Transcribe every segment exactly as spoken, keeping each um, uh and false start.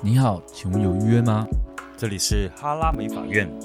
你好，请问有预约吗？ 这里是哈拉美法院。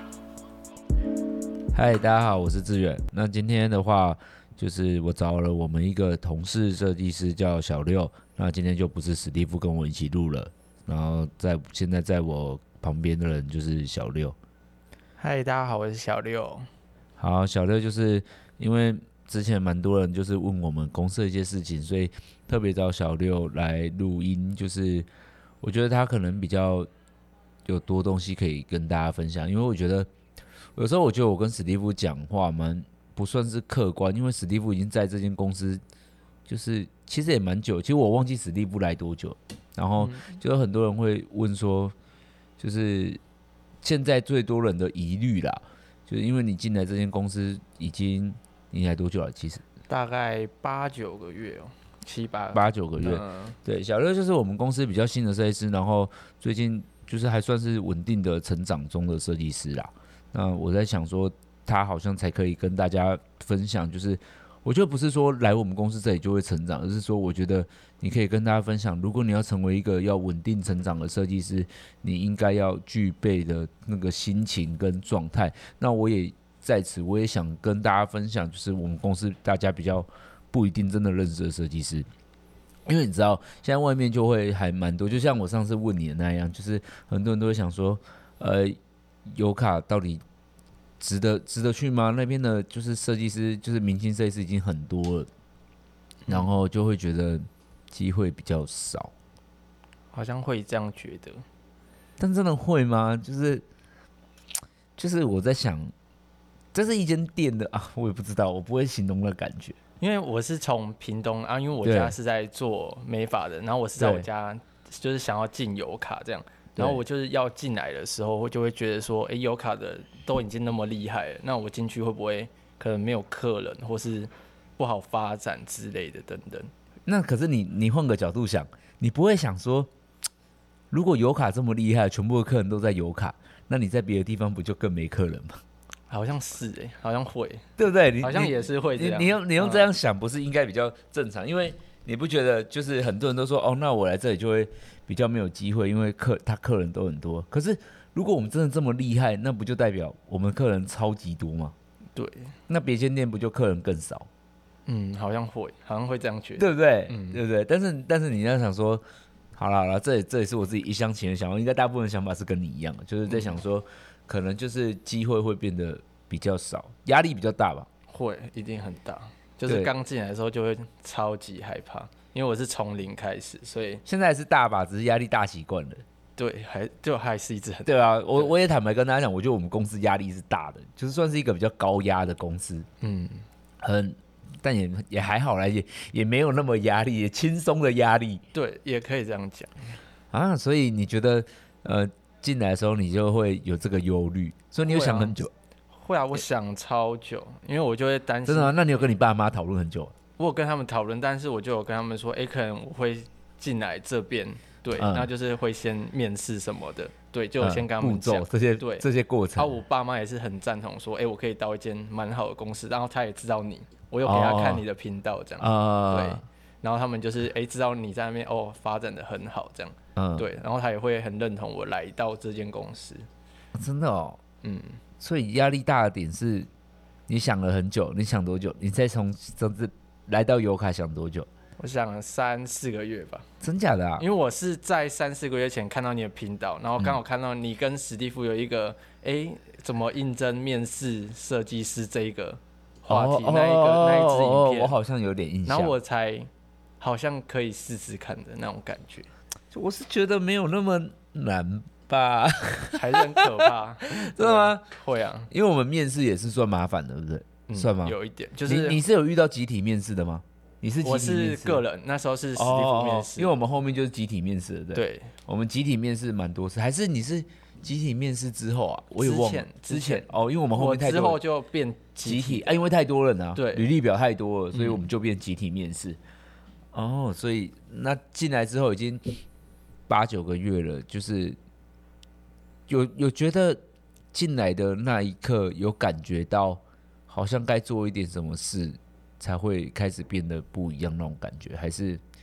嗨，大家好，我是志远。那今天的话，就是我找了我们一个同事设计师叫小六，那今天就不是史蒂夫跟我一起录了，然后在现在在我旁边的人就是小六。 嗨，大家好，我是小六。 好，小六就是因为之前蛮多人就是问我们公司的一些事情，所以特别找小六来录音，就是我觉得他可能比较有多东西可以跟大家分享，因为我觉得有时候我觉得我跟史蒂夫讲话蛮不算是客观，因为史蒂夫已经在这间公司就是其实也蛮久，其实我忘记史蒂夫来多久，然后就有很多人会问说，就是现在最多人的疑虑啦，就是因为你进来这间公司已经你来多久了？其实大概八九个月哦，七八八九个月。嗯、对，小六就是我们公司比较新的设计师，然后最近就是还算是稳定的成长中的设计师啦。那我在想说，他好像才可以跟大家分享，就是我觉得不是说来我们公司这里就会成长，而是说我觉得你可以跟大家分享，如果你要成为一个要稳定成长的设计师，你应该要具备的那个心情跟状态。那我也在此，我也想跟大家分享，就是我们公司大家比较不一定真的认识的设计师。因为你知道，现在外面就会还蛮多，就像我上次问你的那样，就是很多人都会想说，呃，油卡到底值得值得去吗？那边的就是设计师，就是明星设计师已经很多了，然后就会觉得机会比较少， 好像会这样觉得， 但真的会吗？就是就是我在想，这是一间店的啊，我也不知道，我不会形容的感觉。 因为我是从屏东啊，因为我家是在做美发的，然后我是在我家就是想要进油卡这样，然后我就是要进来的时候，我就会觉得说，哎，油卡的都已经那么厉害了，那我进去会不会可能没有客人，或是不好发展之类的等等。 那可是你你换个角度想，你不会想说，如果油卡这么厉害，全部的客人都在油卡，那你在别的地方不就更没客人吗？ 好像是哎、欸，好像会， 对不对？你好像也是会这样。 你你用你用这样想，不是应该比较正常？嗯、因为你不觉得就是很多人都说哦，那我来这里就会比较没有机会，因为客他客人都很多。可是如果我们真的这么厉害，那不就代表我们客人超级多吗？ 对， 那别间店不就客人更少？ 嗯，好像会，好像会这样觉得， 对不对？ 嗯、 对不对？但是但是你要想说，好啦好啦，这也这也是我自己一厢情愿想法，应该大部分的想法是跟你一样的，就是在想说，嗯、可能就是机会会变得比较少，压力比较大吧？ 会，一定很大。就是刚进来的时候就会超级害怕，因为我是从零开始，所以现在还是大吧，只是压力大习惯了。 对，还就还是一直很大。 对啊，我我也坦白跟大家讲，我觉得我们公司压力是大的，就是算是一个比较高压的公司。嗯，很，但也也还好啦，也也没有那么压力，也轻松的压力。 对，也可以这样讲啊。所以你觉得，呃，进来的时候你就会有这个忧虑，所以你有想很久。 会啊，我想超久，因为我就会担心。 真的吗？那你有跟你爸妈讨论很久？ 我有跟他们讨论，但是我就有跟他们说，哎、欸，可能我会进来这边，对，嗯、那就是会先面试什么的，对，就先跟他们讲、嗯、 这些对这些过程。 然后我爸妈也是很赞同，说，哎、欸，我可以到一间蛮好的公司，然后他也知道你，我有给他看你的频道，这样，哦、对，然后他们就是哎、欸、知道你在那边哦发展的很好，这样，嗯，对，然后他也会很认同我来到这间公司， 真的哦，嗯。所以压力大的点是，你想了很久，你想多久？你再从甚至来到油卡想多久？ 我想了三四个月吧。 真假的啊？ 因为我是在三四个月前看到你的频道，然后刚好看到你跟史蒂夫有一个，哎、欸，怎么应征面试设计师这一个话题，哦、那一个、哦、那一支影片， 我好像有点印象。 然后我才好像可以试试看的那种感觉。 我是觉得没有那么难。吧还是很可怕， 真的吗？ 会啊， 因为我们面试也是算麻烦的，对不对？嗯、算吗？ 有一点，就是你你是有遇到集体面试的吗？你是集体面试？ 我是个人，那时候是史蒂夫面试、哦， 因为我们后面就是集体面试，对不对？ 对， 我们集体面试蛮多次，还是你是集体面试之后啊？我也忘了之前哦，因为我们后面太多， 之后就变集体啊，因为太多人啊， 对， 履历表太多了，所以我们就变集体面试。嗯、哦，所以那进来之后已经八九个月了，就是。有有觉得进来的那一刻有感觉到好像该做一点什么事才会开始变得不一样那种感觉，还是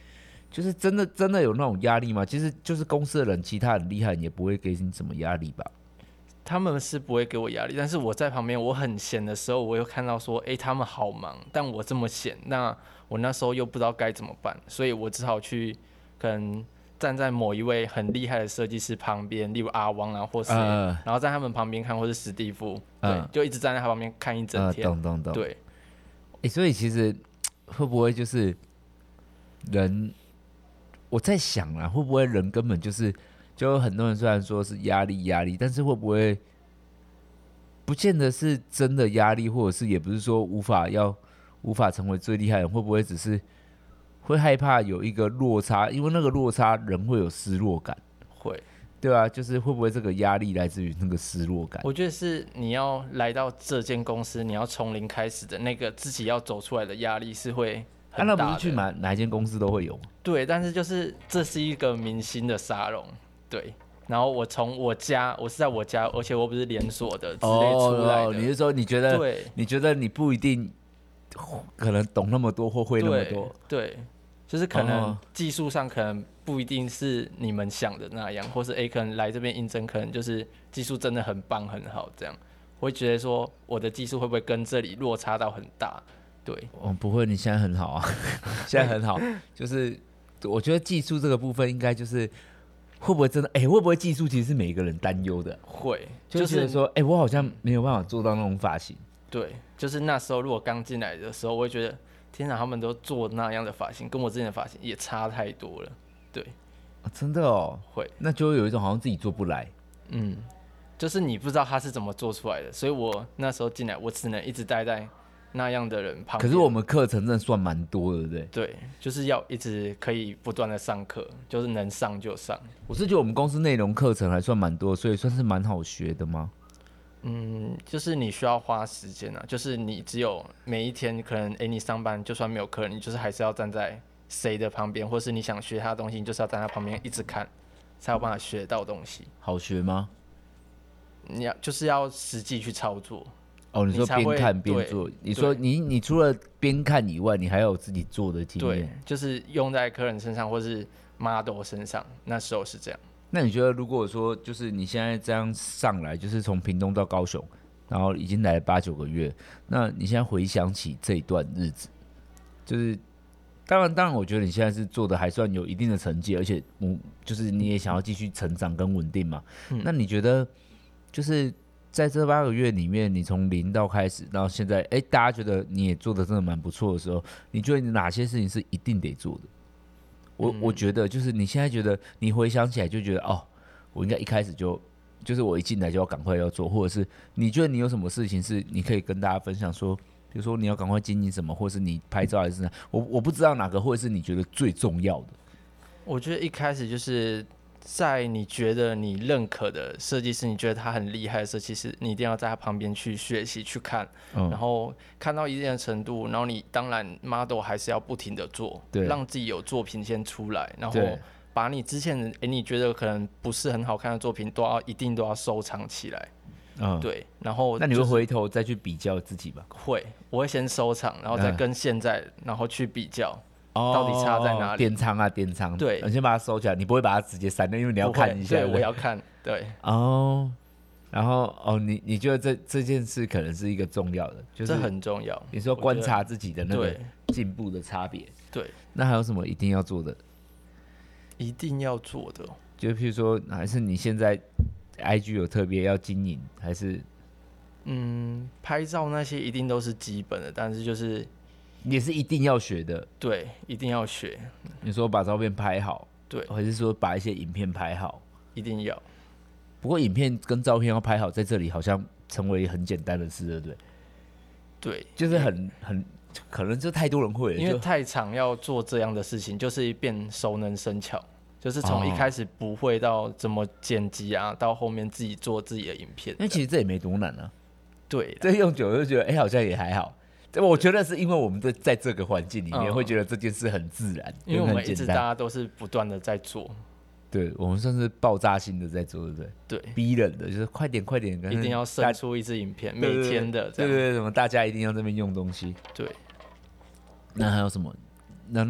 就是真的真的有那种压力吗？其实就是公司的人，其他很厉害，也不会给你什么压力吧？ 他们是不会给我压力，但是我在旁边我很闲的时候，我又看到说，哎、欸，他们好忙，但我这么闲，那我那时候又不知道该怎么办，所以我只好去可能站在某一位很厉害的设计师旁边，例如阿汪啊，或是、呃，然后在他们旁边看，或是史蒂夫，对、呃，就一直站在他旁边看一整天。 呃、懂懂懂。 对， 哎、欸，所以其实会不会就是人？我在想啊，会不会人根本就是，就有很多人虽然说是压力压力，但是会不会不见得是真的压力，或者是也不是说无法要无法成为最厉害的人，会不会只是会害怕有一个落差？因为那个落差人会有失落感， 会， 对啊，就是会不会这个压力来自于那个失落感？ 我觉得是你要来到这间公司，你要从零开始的那个自己要走出来的压力是会。 啊、那不是去哪哪一间公司都会有吗？ 对，但是就是这是一个明星的沙龙，对。然后我从我家，我是在我家，而且我不是连锁的之类出来的。 哦，你是说你觉得？ 对， 你觉得你不一定可能懂那么多或会那么多？ 对，对就是可能技术上可能不一定是你们想的那样，或是 A 可能来这边应征，可能就是技术真的很棒很好这样。我会觉得说我的技术会不会跟这里落差到很大？对， 哦，不会，你现在很好啊，现在很好，就是我觉得技术这个部分应该就是会不会真的，哎、欸，会不会技术其实是每一个人担忧的？ 会， 就是觉得说，哎、欸，我好像没有办法做到那种发型。 对，就是那时候如果刚进来的时候，我会觉得，天哪，他们都做那样的发型，跟我之前的发型也差太多了。对， 啊、真的哦， 会， 那就会有一种好像自己做不来。 嗯，就是你不知道他是怎么做出来的，所以我那时候进来，我只能一直待在那样的人旁边。 可是我们课程真的算蛮多的，对不对？ 对，就是要一直可以不断的上课，就是能上就上。 我是觉得我们公司内容课程还算蛮多，所以算是蛮好学的吗？ 嗯，就是你需要花时间啊，就是你只有每一天可能，哎、欸，你上班就算没有课，你就是还是要站在谁的旁边，或是你想学他的东西，你就是要站在他旁边一直看，才有办法学到东西。 好学吗？ 你要就是要实际去操作。 哦，你说边看边做，你说你你除了边看以外，你还有自己做的经验， 对，就是用在客人身上或是 model 身上，那时候是这样。 那你觉得，如果说就是你现在这样上来，就是从屏东到高雄，然后已经来了八九个月，那你现在回想起这一段日子，就是当然当然，我觉得你现在是做的还算有一定的成绩，而且嗯，就是你也想要继续成长跟稳定嘛。嗯、那你觉得就是在这八个月里面，你从零到开始，然后现在，哎，大家觉得你也做的真的蛮不错的时候，你觉得你哪些事情是一定得做的？我、嗯、我觉得就是你现在觉得你回想起来就觉得哦，我应该一开始就就是我一进来就要赶快要做，或者是你觉得你有什么事情是你可以跟大家分享说，比如说你要赶快经营什么，或是你拍照还是什么，我我不知道哪个会是你觉得最重要的。 我觉得一开始就是在你觉得你认可的设计师，你觉得他很厉害的设计师，你一定要在他旁边去学习去看、嗯，然后看到一定的程度，然后你当然 model 还是要不停的做，让自己有作品先出来，然后把你之前哎、欸、你觉得可能不是很好看的作品都要一定都要收藏起来，嗯，对，然后、就是、 那你会回头再去比较自己吧？ 会，我会先收藏，然后再跟现在、嗯、然后去比较。到底差在哪里？ 典藏啊，典藏。 对， 你先把它收起来，你不会把它直接删掉，因为你要看一下。 对，我要看。对。 哦，然后哦，你你觉得这这件事可能是一个重要的，就是这很重要。 你说观察自己的那个进步的差别。 对。 那还有什么一定要做的？ 一定要做的， 就譬如说，还是你现在 I G 有特别要经营，还是？ 嗯，拍照那些一定都是基本的，但是就是。 也是一定要学的， 对，一定要学。 你说把照片拍好， 对， 还是说把一些影片拍好？ 一定要。 不过影片跟照片要拍好，在这里好像成为很简单的事，对不对？ 对， 就是很很可能就太多人会了， 因为太常要做这样的事情，就是变熟能生巧，就是从一开始不会到怎么剪辑啊，到后面自己做自己的影片。 那其实这也没多难啊。 对， 这用久了就觉得，哎、欸，好像也还好。我觉得是因为我们在在这个环境里面，会觉得这件事很自然， 因为我们一直大家都是不断的在做， 对，我们算是爆炸性的在做，对不对？ 对， 逼人的就是快点快点， 一定要生出一支影片，每天的这样， 对对对，什么大家一定要这边用东西， 对。 那还有什么？那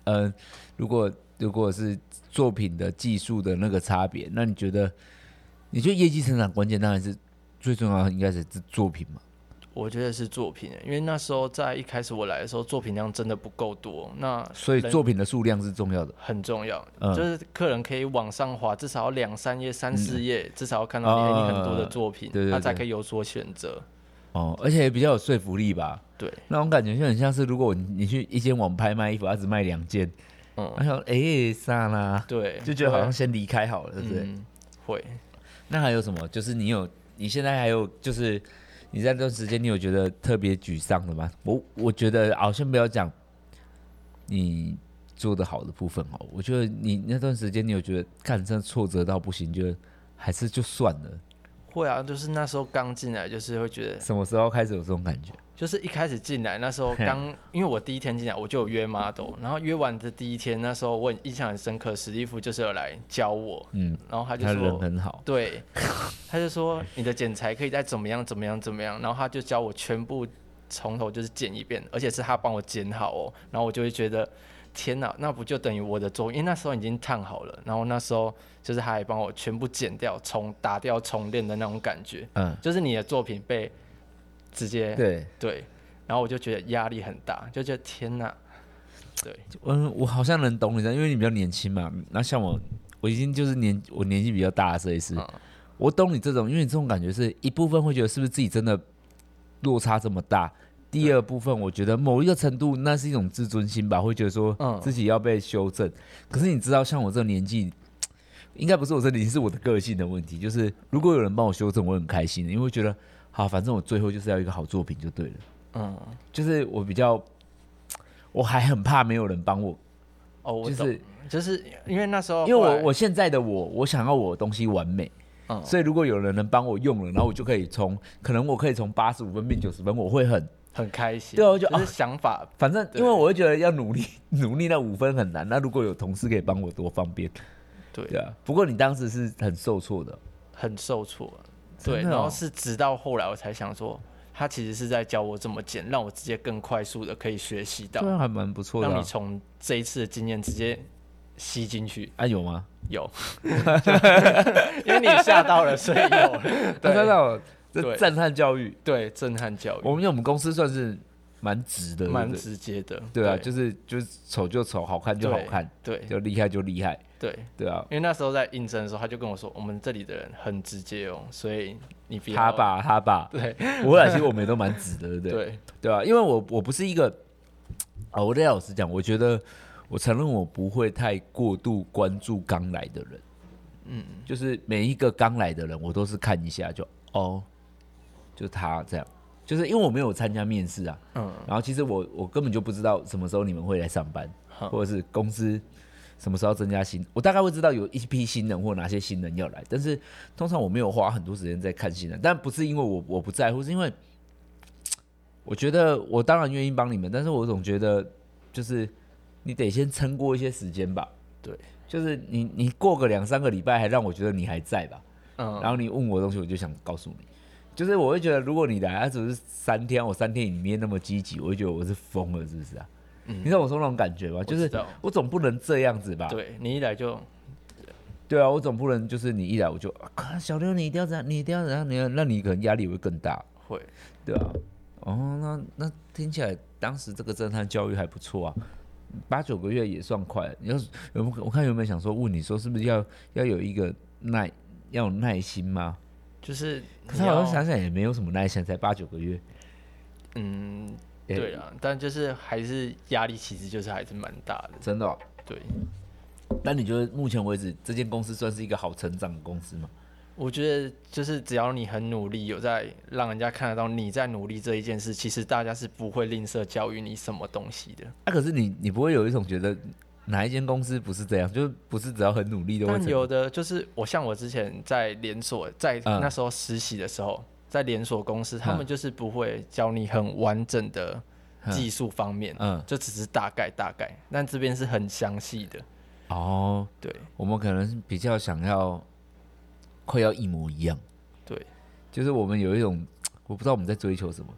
呃，如果如果是作品的技术的那个差别，那你觉得你觉得业绩成长关键当然是最重要的，应该是作品嘛？ 我觉得是作品，因为那时候在一开始我来的时候，作品量真的不够多，那所以作品的数量是重要的， 很重要。 嗯、 就是客人可以往上滑，至少要两三页、三四页，嗯、至少要看到你、呃、你很多的作品，对对对，他才可以有所选择。 哦，而且也比较有说服力吧？ 对， 那种感觉就很像是，如果你去一间网拍卖衣服，他只卖两件，嗯，然后哎，啥啦？ 对， 就觉得好像先离开好了，对不对？ 嗯，会。 那还有什么？就是你有，你现在还有就是。你在这段时间，你有觉得特别沮丧的吗？我我觉得，好先不要讲你做的好的部分哦。我觉得你那段时间，你有觉得看真的挫折到不行，觉得还是就算了。 会啊，就是那时候刚进来，就是会觉得什么时候开始有这种感觉？ 就是一开始进来那时候刚，因为我第一天进来我就有约 model， 然后约完的第一天，那时候我印象很深刻，史蒂夫就是有来教我，嗯，然后他就说他人很好， 对，他就说你的剪裁可以再怎么样怎么样怎么样，然后他就教我全部从头就是剪一遍，而且是他帮我剪好哦，然后我就会觉得天哪，那不就等于我的作品，因为那时候已经烫好了，然后那时候就是他还帮我全部剪掉、重打掉、重练的那种感觉，嗯，就是你的作品被。直接对对，然后我就觉得压力很大，就觉得天哪，对， 嗯，我好像能懂你的，因为你比较年轻嘛。那像我，我已经就是年我年纪比较大的设计师，嗯、我懂你这种，因为你这种感觉是一部分会觉得是不是自己真的落差这么大，第二部分我觉得某一个程度那是一种自尊心吧，会觉得说自己要被修正。嗯、可是你知道，像我这个年纪。应该不是我这年纪，是我的个性的问题。就是如果有人帮我修正，我很开心的，因为会觉得好，反正我最后就是要一个好作品就对了。嗯，就是我比较，我还很怕没有人帮我。 哦，我懂，就是就是因为那时候， 因为我我现在的我，我想要我的东西完美，嗯，所以如果有人能帮我用了，然后我就可以从，可能我可以从八十五分变九十分，我会很很开心。 对，我就就是想法， 反正因为我会觉得要努力，努力那五分很难。那如果有同事可以帮我，多方便。对, 对啊，不过你当时是很受挫的， 很受挫，对，哦、然后是直到后来我才想说，他其实是在教我怎么剪，让我直接更快速的可以学习到， 对啊，还蛮不错的、啊， 让你从这一次的经验直接吸进去。 啊，有吗？ 有，因为你吓到了，所以有。 对，吓到了，这震撼教育， 对，震撼教育。 我们因为我们公司算是。蛮直的， 蛮直接的， 对啊，对就是就是丑就丑，好看就好看， 对， 就厉害就厉害， 对对啊。 因为那时候在应征的时候，他就跟我说，我们这里的人很直接哦，所以你不要他吧他吧， 对， 我来其实我们也都蛮直的，对不对？ 对对啊，因为我我不是一个啊，我得老实讲，我觉得我承认我不会太过度关注刚来的人，嗯，就是每一个刚来的人，我都是看一下就哦，就他这样。就是因为我没有参加面试啊，嗯，然后其实我我根本就不知道什么时候你们会来上班，嗯、或者是公司什么时候增加新，我大概会知道有一批新人或哪些新人要来，但是通常我没有花很多时间在看新人，但不是因为我我不在乎，是因为我觉得我当然愿意帮你们，但是我总觉得就是你得先撑过一些时间吧， 对， 就是你你过个两三个礼拜还让我觉得你还在吧，嗯，然后你问我的东西，我就想告诉你。就是我会觉得，如果你来，他只是三天，我三天里面那么积极，我会觉得我是疯了，是不是啊？嗯、你知道我说那种感觉吗？就是我总不能这样子吧？ 对，你一来就， 对啊，我总不能就是你一来我就，啊、小刘你一定要这样，你一定要这样，你那你可能压力会更大。 会， 对啊。哦，那那听起来当时这个震撼教育还不错啊，八九个月也算快。你要有我看有没有想说问你说是不是要要有一个耐要有耐心吗？ 就是， 可是好像想想也没有什么耐心，才八九个月。 嗯，对啊，但就是还是压力，其实就是还是蛮大的。 真的、哦？ 对。 那你觉得目前为止这间公司算是一个好成长的公司吗？ 我觉得就是只要你很努力，有在让人家看得到你在努力这一件事，其实大家是不会吝啬教育你什么东西的。 啊，可是你你不会有一种觉得？哪一间公司不是这样？就是不是只要很努力都会成功。 但有的就是我像我之前在连锁，在那时候实习的时候，嗯、在连锁公司，他们就是不会教你很完整的技术方面，嗯，就只是大概大概。但这边是很详细的。 哦， 对， 我们可能比较想要快要一模一样。 对， 就是我们有一种，我不知道我们在追求什么。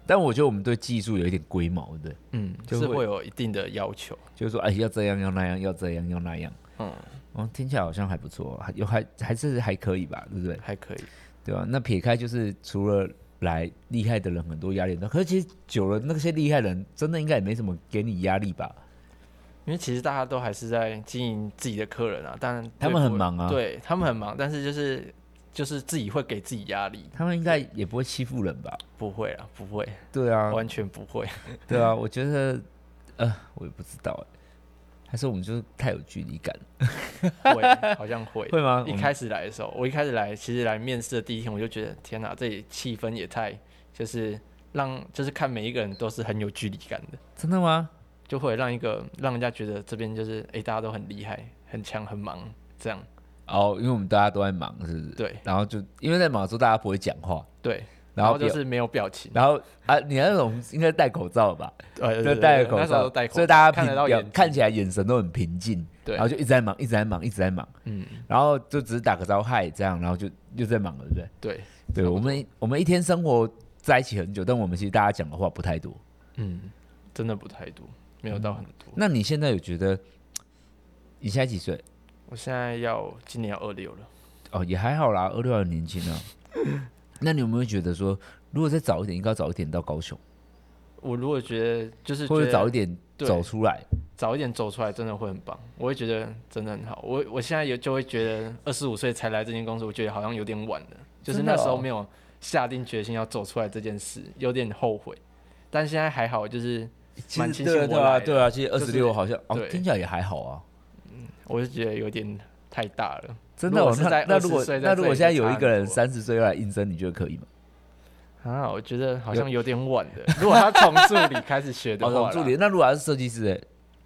但我觉得我们对技术有一点龟毛，对不对？ 嗯， 就是会有一定的要求， 就是说，哎，要这样，要那样，要这样，要那样。 嗯， 哦，听起来好像还不错，还有还还是还可以吧，对不对？ 还可以， 对吧？那撇开就是除了来厉害的人很多压力，可是其实久了那些厉害的人真的应该也没什么给你压力吧？ 因为其实大家都还是在经营自己的客人啊，但他们很忙啊， 对他们很忙，但是就是就是自己会给自己压力。 他们应该也不会欺负人吧？ 不会啊，不会。 对啊， 完全不会。 对啊，我觉得，呃，我也不知道哎，还是我们就是太有距离感了。 会，好像会。 会吗？ 一开始来的时候，我一开始来，其实来面试的第一天，我就觉得天哪，这里气氛也太就是让就是看每一个人都是很有距离感的。 真的吗？ 就会让一个让人家觉得这边就是哎、欸，大家都很厉害、很强、很忙这样。 哦，因为我们大家都在忙，是不是？ 对。 然后就因为在忙的时候，大家不会讲话。 对。 然后, 然后就是没有表情。 然后啊，你那种应该戴口罩吧？ 对， 就戴着口罩， 那时候都戴口罩， 所以大家看得到眼， 看起来眼神都很平静。 对。 然后就一直在忙，一直在忙，一直在忙。 嗯。 然后就只是打个招呼嗨这样，然后就又在忙了，对不对？ 对。 对，我们我们一天生活在一起很久，但我们其实大家讲的话不太多。 嗯，真的不太多。没有到很多、嗯。 那你现在有觉得你现在几岁？ 我现在要今年要二六了。 哦，也还好啦，二六很年轻啊。那你有没有觉得说，如果再早一点，应该早一点到高雄？ 我如果觉得就是或者早一点走出来， 早一点走出来，真的会很棒。我会觉得真的很好。我我现在也就会觉得，二十五岁才来这间公司，我觉得好像有点晚了。就是那时候没有下定决心要走出来这件事，有点后悔。但现在还好，就是。蛮庆幸我来的， 对啊，对啊，其实二十六好像、 就是、 哦，听起来也还好啊。 嗯，我就觉得有点太大了。 真的、哦，那那如果那如果现在有一个人三十岁要来应征，你觉得可以吗？ 啊，我觉得好像有点晚的。如果他从助理开始学的话， 哦，从助理，那如果他是设计师，哎，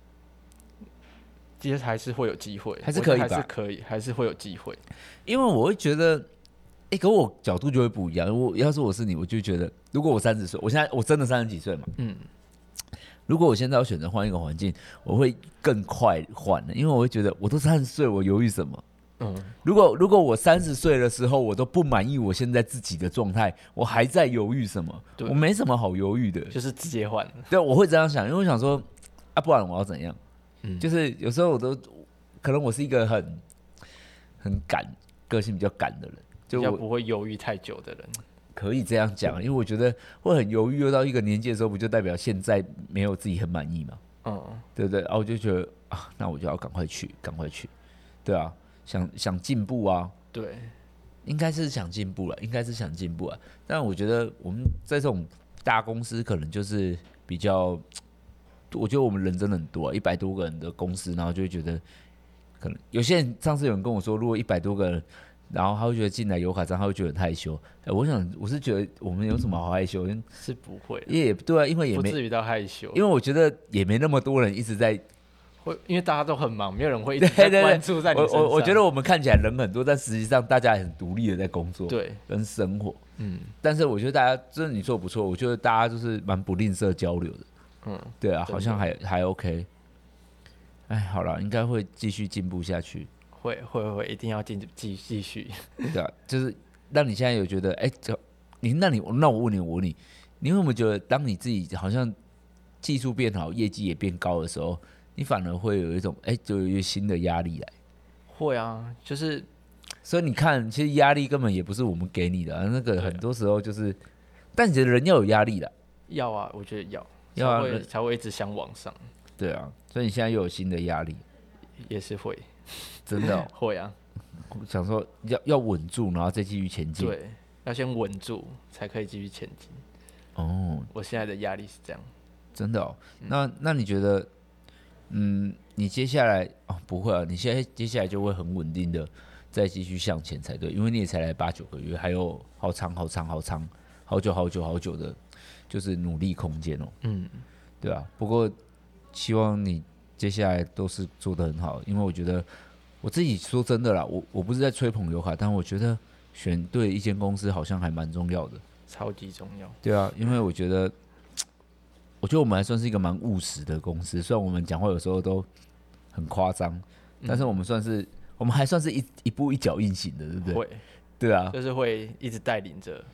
其实还是会有机会， 还是可以吧？ 还是可以，还是会有机会。 因为我会觉得，哎、欸，可我角度就会不一样。我要是我是你，我就觉得，如果我三十岁，我现在我真的三十几岁嘛，嗯。如果我现在要选择换一个环境，我会更快换的，因为我会觉得我都三十岁，我犹豫什么？嗯，如果如果我三十岁的时候我都不满意我现在自己的状态，我还在犹豫什么？我没什么好犹豫的， 就是直接换。 对，我会这样想，因为我想说，啊，不然我要怎样？嗯，就是有时候我都可能我是一个很很赶，个性比较赶的人，就比较不会犹豫太久的人。 可以这样讲，因为我觉得会很犹豫，又到一个年纪的时候，不就代表现在没有自己很满意嘛？嗯，对不对？然后我就觉得啊，那我就要赶快去，赶快去，对啊，想想进步啊， 对， 应该是想进步了，应该是想进步啊。但我觉得我们在这种大公司，可能就是比较，我觉得我们人真的很多、啊，一百多个人的公司，然后就会觉得，可能有些人上次有人跟我说，如果一百多个人。然后他会觉得进来有卡章，他会觉得很害羞。哎，我想我是觉得我们有什么好害羞？ 是不会， 也对啊，因为也没不至于到害羞。 因为我觉得也没那么多人一直在， 会因为大家都很忙，没有人会一直在关注在你身上。 我我我觉得我们看起来人很多，但实际上大家也很独立的在工作， 对， 跟生活。嗯，但是我觉得大家真的你做不错，我觉得大家就是蛮不吝啬交流的。嗯，对啊，好像还还 OK。哎，好了，应该会继续进步下去。 会会会，一定要继继继续。 对啊，就是让你现在有觉得，哎、欸，你那你那我问你，我问你，你有没有觉得，当你自己好像技术变好，业绩也变高的时候，你反而会有一种，哎、欸，就有一个新的压力来？ 会啊，就是， 所以你看，其实压力根本也不是我们给你的、啊，那个很多时候就是，啊、但你觉得人要有压力的？ 要啊，我觉得要， 要啊， 才会才会一直想往上。 对啊，所以你现在又有新的压力， 也是会。 真的、哦、 会啊， 想说要要稳住，然后再继续前进。 对，要先稳住，才可以继续前进。哦，我现在的压力是这样。 真的哦，嗯、那那你觉得，嗯，你接下来哦不会啊，你现在接下来就会很稳定的再继续向前才对，因为你也才来八九个月，还有好长好长好长好久好久好久的，就是努力空间哦。嗯，对啊。不过希望你。接下来都是做得很好，因为我觉得我自己说真的啦，我我不是在吹捧油卡，但我觉得选对一间公司好像还蛮重要的， 超级重要。 对啊，因为我觉得，我觉得我们还算是一个蛮务实的公司，虽然我们讲话有时候都很夸张，但是我们算是、嗯、我们还算是一一步一脚印型的，对不对？ 会， 对啊， 就是会一直带领着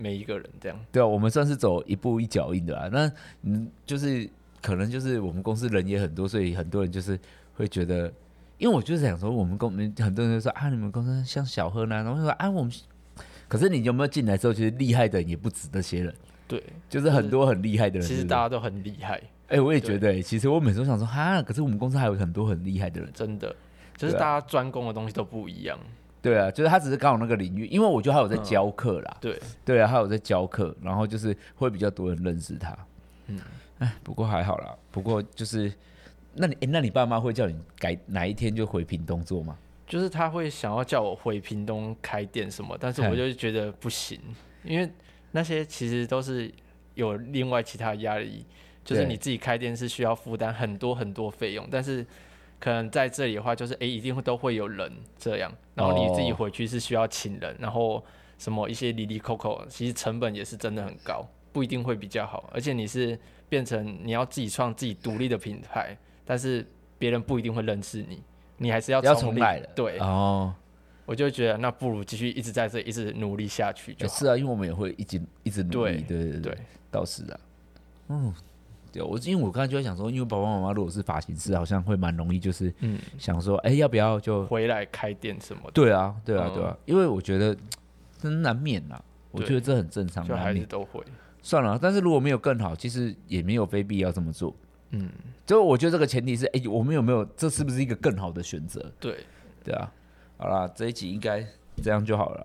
每一个人这样。 对啊，我们算是走一步一脚印的啦。那嗯，就是可能就是我们公司人也很多，所以很多人就是会觉得，因为我就是想说，我们公很多人就说啊，你们公司像小喝呢，然后就说啊，我们，可是你有没有进来之后，其实厉害的人也不止那些人， 对， 就是很多很厉害的人， 其实大家都很厉害。 哎、欸，我也觉得、欸，其实我每次都想说，哈，可是我们公司还有很多很厉害的人， 真的，就是大家专攻的东西都不一样。 对啊，就是他只是刚好那个领域，因为我觉得他有在教课啦、嗯， 对， 对啊，他有在教课，然后就是会比较多人认识他，嗯，哎，不过还好啦，不过就是，那你、欸、那你爸妈会叫你改哪一天就回屏东做吗？ 就是他会想要叫我回屏东开店什么，但是我就觉得不行，因为那些其实都是有另外其他的压力。就是你自己开店是需要负担很多很多费用，但是可能在这里的话，就是哎、欸，一定都会有人这样，然后你自己回去是需要请人，然后什么一些里里扣扣，其实成本也是真的很高，不一定会比较好，而且你是变成你要自己创自己独立的品牌，但是别人不一定会认识你，你还是要要重来的， 对哦。我就觉得那不如继续一直在这里一直努力下去就好。 是啊，因为我们也会一直一直努力，对对 对, 对，倒是啊，嗯。对，我因为我刚才就在想说，因为爸爸妈妈如果是发型师，好像会蛮容易，就是想说，哎、嗯欸，要不要就回来开店什么的？ 对啊，对啊，对啊，嗯、因为我觉得真难免啦，我觉得这很正常， 就还是都会。 算了，但是如果没有更好，其实也没有非必要这么做。嗯，就我觉得这个前提是，哎、欸，我们有没有这是不是一个更好的选择？ 对， 对啊，好啦，这一集应该这样就好了。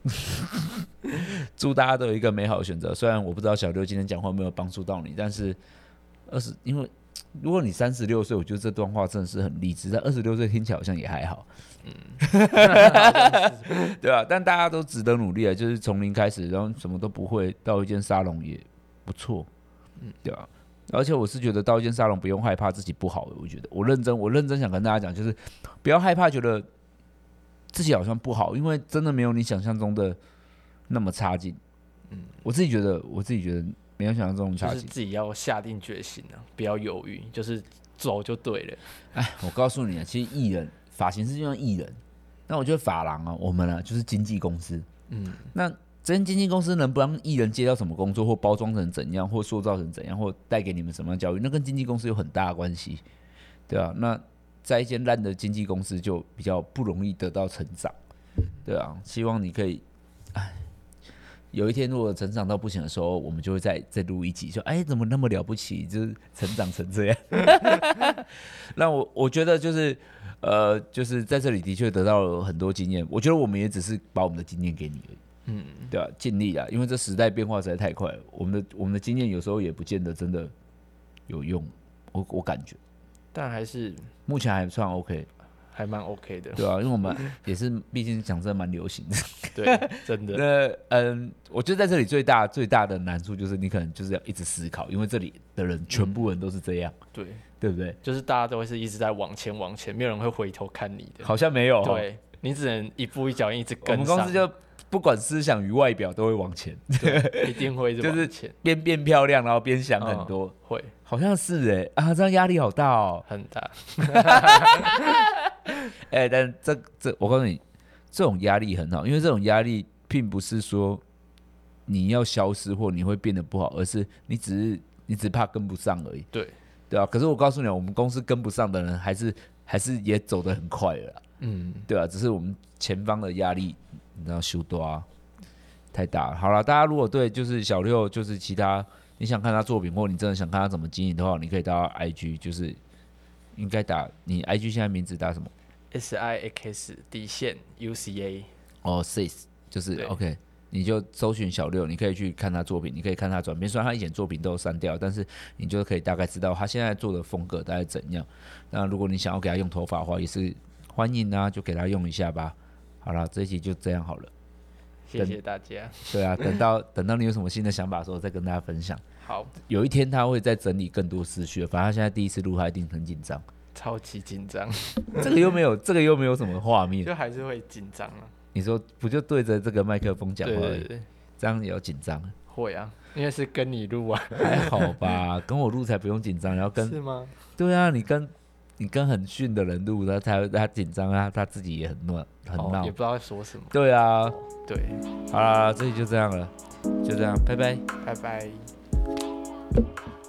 祝大家都有一个美好的选择。虽然我不知道小六今天讲话有没有帮助到你，但是。二十，因为如果你三十六岁，我觉得这段话真的是很励志。但二十六岁听起来好像也还好，嗯，对啊，但大家都值得努力啊，就是从零开始，然后什么都不会，到一间沙龙也不错，嗯，对啊。而且我是觉得到一间沙龙不用害怕自己不好的，我觉得我认真，我认真想跟大家讲，就是不要害怕觉得自己好像不好，因为真的没有你想象中的那么差劲。嗯，我自己觉得，我自己觉得。没有想到这种差劲， 就是自己要下定决心啊，不要犹豫，就是走就对了。 哎，我告诉你啊，其实艺人、发型师就像艺人，那我觉得发廊啊，我们啊就是经纪公司。嗯，那这间经纪公司能不让艺人接到什么工作，或包装成怎样，或塑造成怎样，或带给你们什么样的教育，那跟经纪公司有很大的关系，对啊。那在一间烂的经纪公司，就比较不容易得到成长，对啊。希望你可以，哎。有一天，如果成长到不行的时候，我们就会再再录一集，说：“哎，怎么那么了不起？就是成长成这样。”那我我觉得就是，呃，就是在这里的确得到了很多经验。我觉得我们也只是把我们的经验给你而已，嗯，对吧、啊？尽力啊，因为这时代变化实在太快了，我们的我们的经验有时候也不见得真的有用，我我感觉。 但还是目前还算 OK。 还蛮 OK 的， 对啊，因为我们也是，毕竟讲真的蛮流行的， 对，真的。 那嗯，我觉得在这里最大最大的难处就是你可能就是要一直思考，因为这里的人全部人都是这样，嗯、 对， 对不对？ 就是大家都会是一直在往前往前，没有人会回头看你的， 好像没有， 对你只能一步一脚印一直跟上。 我们公司就不管思想与外表都会往前， 对，一定会一直往前， 就是边变漂亮，然后边想很多， 嗯、会， 好像是哎、欸、啊，这样压力好大哦， 很大。 哎、欸，但这这，我告诉你，这种压力很好，因为这种压力并不是说你要消失或你会变得不好，而是你只是你只怕跟不上而已。 对， 对啊。可是我告诉你，我们公司跟不上的人，还是还是也走得很快了啦。嗯，对啊，只是我们前方的压力，你知道，修多啊，太大了。好了，大家如果对就是小六，就是其他你想看他作品，或你真的想看他怎么经营的话，你可以到 I G， 就是应该打你 I G 现在名字打什么 ？S I X 底线 U C A 哦 ，Six 就是 OK， 你就搜寻小六，你可以去看他作品，你可以看他转变。虽然他以前作品都有删掉，但是你就可以大概知道他现在做的风格大概怎样。那如果你想要给他用头发的话，也是欢迎啊，就给他用一下吧。好了，这一集就这样好了。 谢谢大家。 对啊，等到等到你有什么新的想法的时候，再跟大家分享。 好， 有一天他会再整理更多思绪，反正他现在第一次录，他一定很紧张， 超级紧张。 这个又没有，这个又没有什么画面， 就还是会紧张啊。 你说不就对着这个麦克风讲话而已？ 对对对， 这样也要紧张？ 会啊，因为是跟你录啊。 还好吧，跟我录才不用紧张，然后跟是吗？ 对啊，你跟你跟很逊的人录，他他他紧张，他他自己也很闹很闹、 哦，也不知道在说什么。 对啊， 哦、对， 好啦，这里就这样了，就这样，拜拜， 拜拜。